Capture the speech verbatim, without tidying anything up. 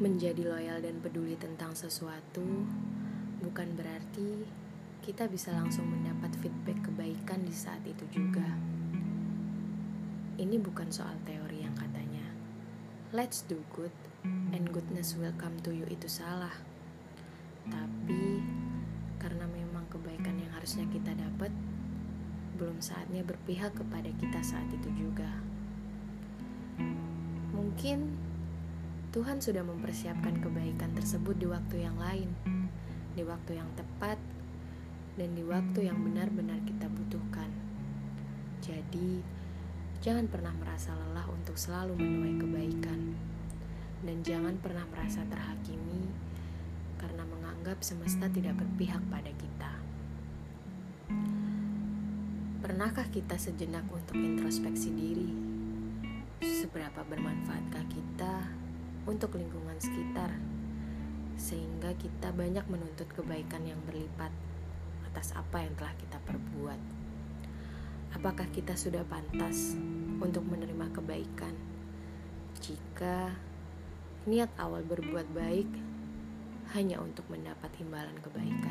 Menjadi loyal dan peduli tentang sesuatu bukan berarti kita bisa langsung mendapat feedback kebaikan di saat itu juga. Ini bukan soal teori yang katanya let's do good and goodness will come to you itu salah. Tapi karena memang kebaikan yang harusnya kita dapat belum saatnya berpihak kepada kita saat itu juga. Mungkin Tuhan sudah mempersiapkan kebaikan tersebut di waktu yang lain, di waktu yang tepat, dan di waktu yang benar-benar kita butuhkan. Jadi, jangan pernah merasa lelah untuk selalu menuai kebaikan. Dan jangan pernah merasa terhakimi karena menganggap semesta tidak berpihak pada kita. Pernahkah kita sejenak untuk introspeksi diri? Seberapa bermanfaatkah kita untuk lingkungan sekitar, sehingga kita banyak menuntut kebaikan yang berlipat atas apa yang telah kita perbuat. Apakah kita sudah pantas untuk menerima kebaikan jika niat awal berbuat baik hanya untuk mendapat imbalan kebaikan?